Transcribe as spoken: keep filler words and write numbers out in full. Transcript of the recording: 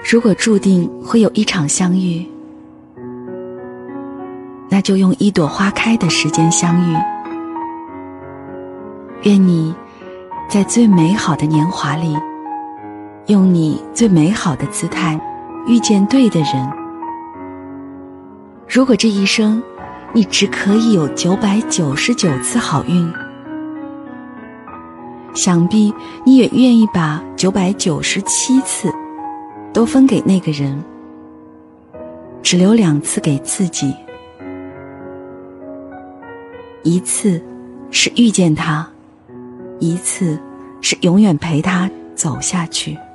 如果注定会有一场相遇，那就用一朵花开的时间相遇。愿你在最美好的年华里，用你最美好的姿态遇见对的人。如果这一生你只可以有九百九十九次好运，想必你也愿意把九百九十七次都分给那个人，只留两次给自己。一次是遇见他，一次是永远陪他走下去。